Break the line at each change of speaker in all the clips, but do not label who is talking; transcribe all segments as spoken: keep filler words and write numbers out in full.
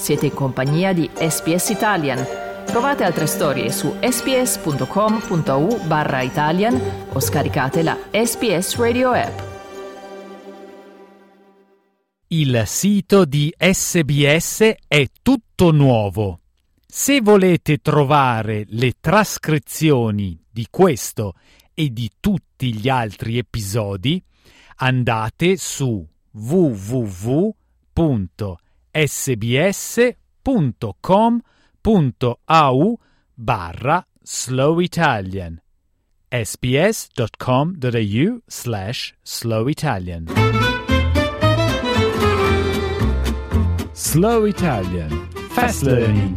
Siete in compagnia di S B S Italian. Trovate altre storie su sbs.com.au barra Italian o scaricate la S B S Radio app.
Il sito di S B S è tutto nuovo. Se volete trovare le trascrizioni di questo e di tutti gli altri episodi, andate su w w w punto sbs.com.au barra Slow Italian. sbs.com.au slash Slow Italian. Slow Italian. Fast Learning.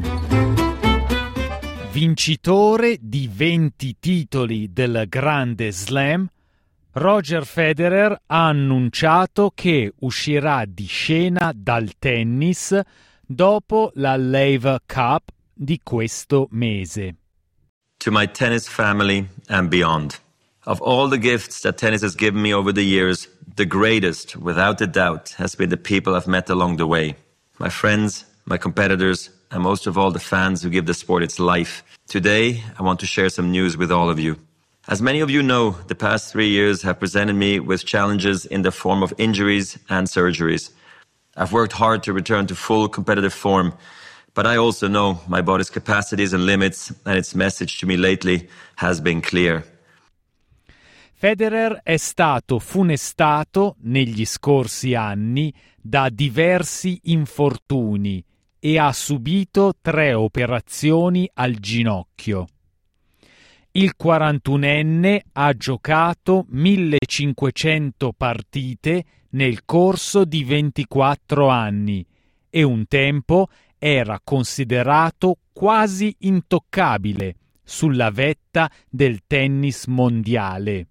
Vincitore di venti titoli del Grande Slam, Roger Federer ha annunciato che uscirà di scena dal tennis dopo la Laver Cup di questo mese.
To my tennis family and beyond. Of all the gifts that tennis has given me over the years, the greatest, without a doubt, has been the people I've met along the way. My friends, my competitors, and most of all the fans who give the sport its life. Today, I want to share some news with all of you. As many of you know, the past three years have presented me with challenges in the form of injuries and surgeries. I've worked hard to return to full competitive form, but I also know my body's capacities and limits, and its message to me lately has been clear.
Federer è stato funestato negli scorsi anni da diversi infortuni e ha subito tre operazioni al ginocchio. Il quarantunenne ha giocato millecinquecento partite nel corso di ventiquattro anni e un tempo era considerato quasi intoccabile sulla vetta del tennis mondiale.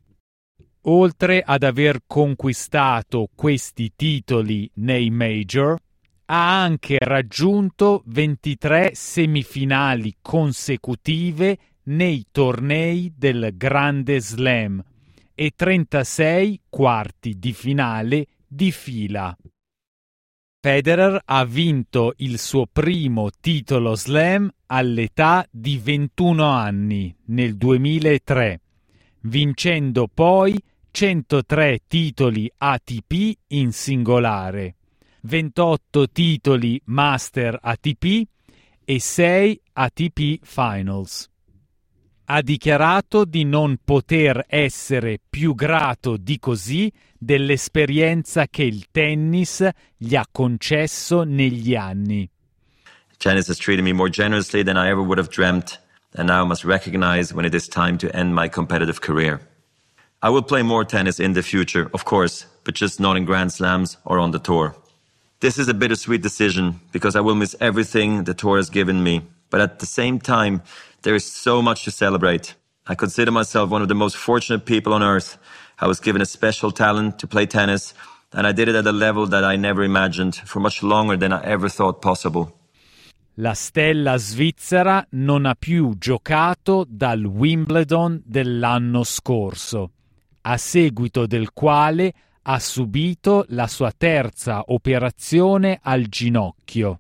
Oltre ad aver conquistato questi titoli nei major, ha anche raggiunto ventitré semifinali consecutive nei tornei del Grande Slam e trentasei quarti di finale di fila. Federer ha vinto il suo primo titolo Slam all'età di ventuno anni nel duemilatré, vincendo poi centotré titoli A T P in singolare, ventotto titoli Master A T P e sei A T P Finals. Ha dichiarato di non poter essere più grato di così dell'esperienza che il tennis gli ha concesso negli anni.
Tennis has treated me more generously than I ever would have dreamt, and now I must recognize when it is time to end my competitive career. I will play more tennis in the future, of course, but just not in Grand Slams or on the tour. This is a bittersweet decision because I will miss everything the tour has given me, but at the same time, there is so much to celebrate. I consider myself one of the most fortunate people on earth. I was given a special talent to play tennis, and I did it at a level that I never imagined for much longer than I ever thought possible.
La stella svizzera non ha più giocato dal Wimbledon dell'anno scorso, a seguito del quale ha subito la sua terza operazione al ginocchio.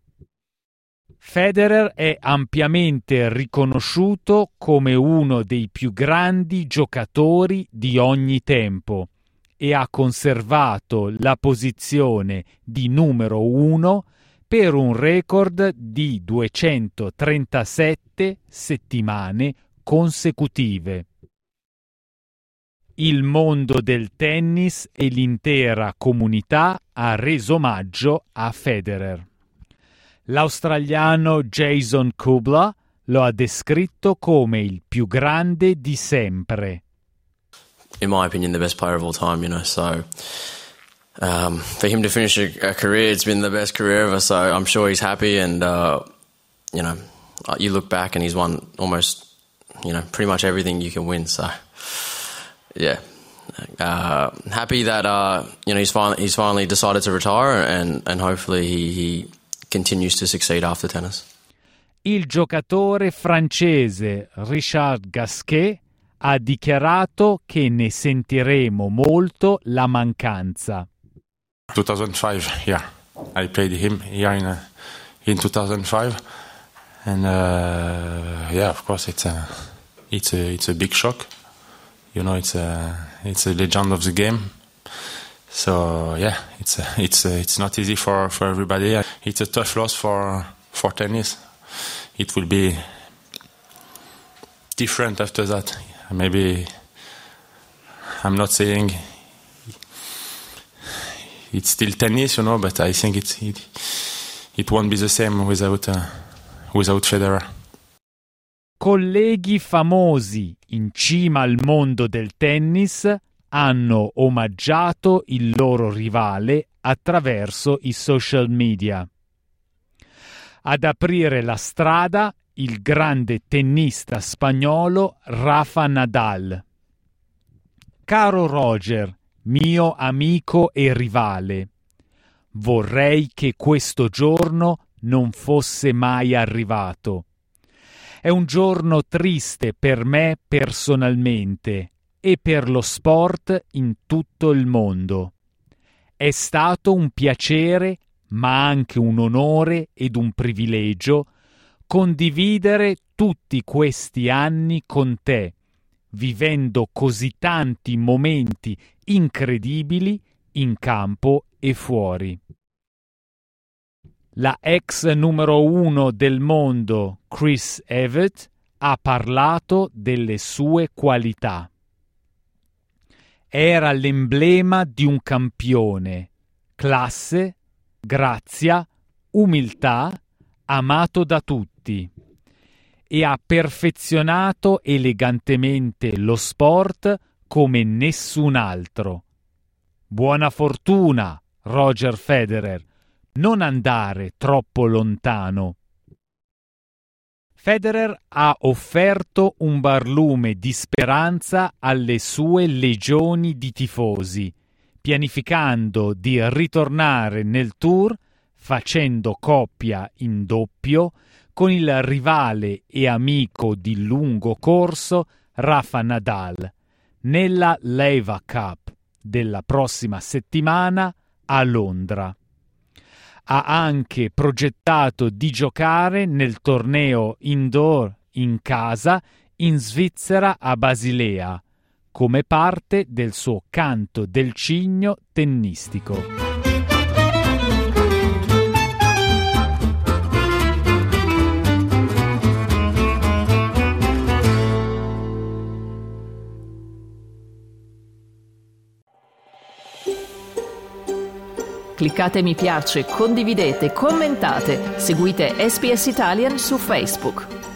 Federer è ampiamente riconosciuto come uno dei più grandi giocatori di ogni tempo e ha conservato la posizione di numero uno per un record di duecentotrentasette settimane consecutive. Il mondo del tennis e l'intera comunità ha reso omaggio a Federer. L'australiano Jason Kubler lo ha descritto come il più grande di sempre.
In my opinion, the best player of all time, you know, so um, for him to finish a, a career, it's been the best career ever, so I'm sure he's happy, and uh, you know, you look back and he's won almost, you know, pretty much everything you can win, so yeah. Uh, happy that uh, you know he's finally he's finally decided to retire, and and hopefully he, he continues to succeed after tennis.
Il giocatore francese Richard Gasquet ha dichiarato che ne sentiremo molto la mancanza.
two thousand five, yeah, I played him here in uh, in two thousand five, and uh, yeah, of course it's a it's a it's a big shock. You know, it's a it's a legend of the game. So yeah, it's a, it's a, it's not easy for, for everybody. It's a tough loss for for tennis. It will be different after that. Maybe I'm not saying it's still tennis, you know, but I think it's it, it won't be the same without uh, without Federer.
Colleghi famosi in cima al mondo del tennis hanno omaggiato il loro rivale attraverso i social media. Ad aprire la strada il grande tennista spagnolo Rafa Nadal. Caro Roger, mio amico e rivale, vorrei che questo giorno non fosse mai arrivato. È un giorno triste per me personalmente e per lo sport in tutto il mondo. È stato un piacere, ma anche un onore ed un privilegio condividere tutti questi anni con te, vivendo così tanti momenti incredibili in campo e fuori. La ex numero uno del mondo, Chris Evert, ha parlato delle sue qualità. Era l'emblema di un campione, classe, grazia, umiltà, amato da tutti, e ha perfezionato elegantemente lo sport come nessun altro. Buona fortuna, Roger Federer, non andare troppo lontano. Federer ha offerto un barlume di speranza alle sue legioni di tifosi, pianificando di ritornare nel tour facendo coppia in doppio con il rivale e amico di lungo corso Rafa Nadal nella Laver Cup della prossima settimana a Londra. Ha anche progettato di giocare nel torneo indoor in casa in Svizzera a Basilea, come parte del suo canto del cigno tennistico.
Cliccate mi piace, condividete, commentate, seguite S B S Italian su Facebook.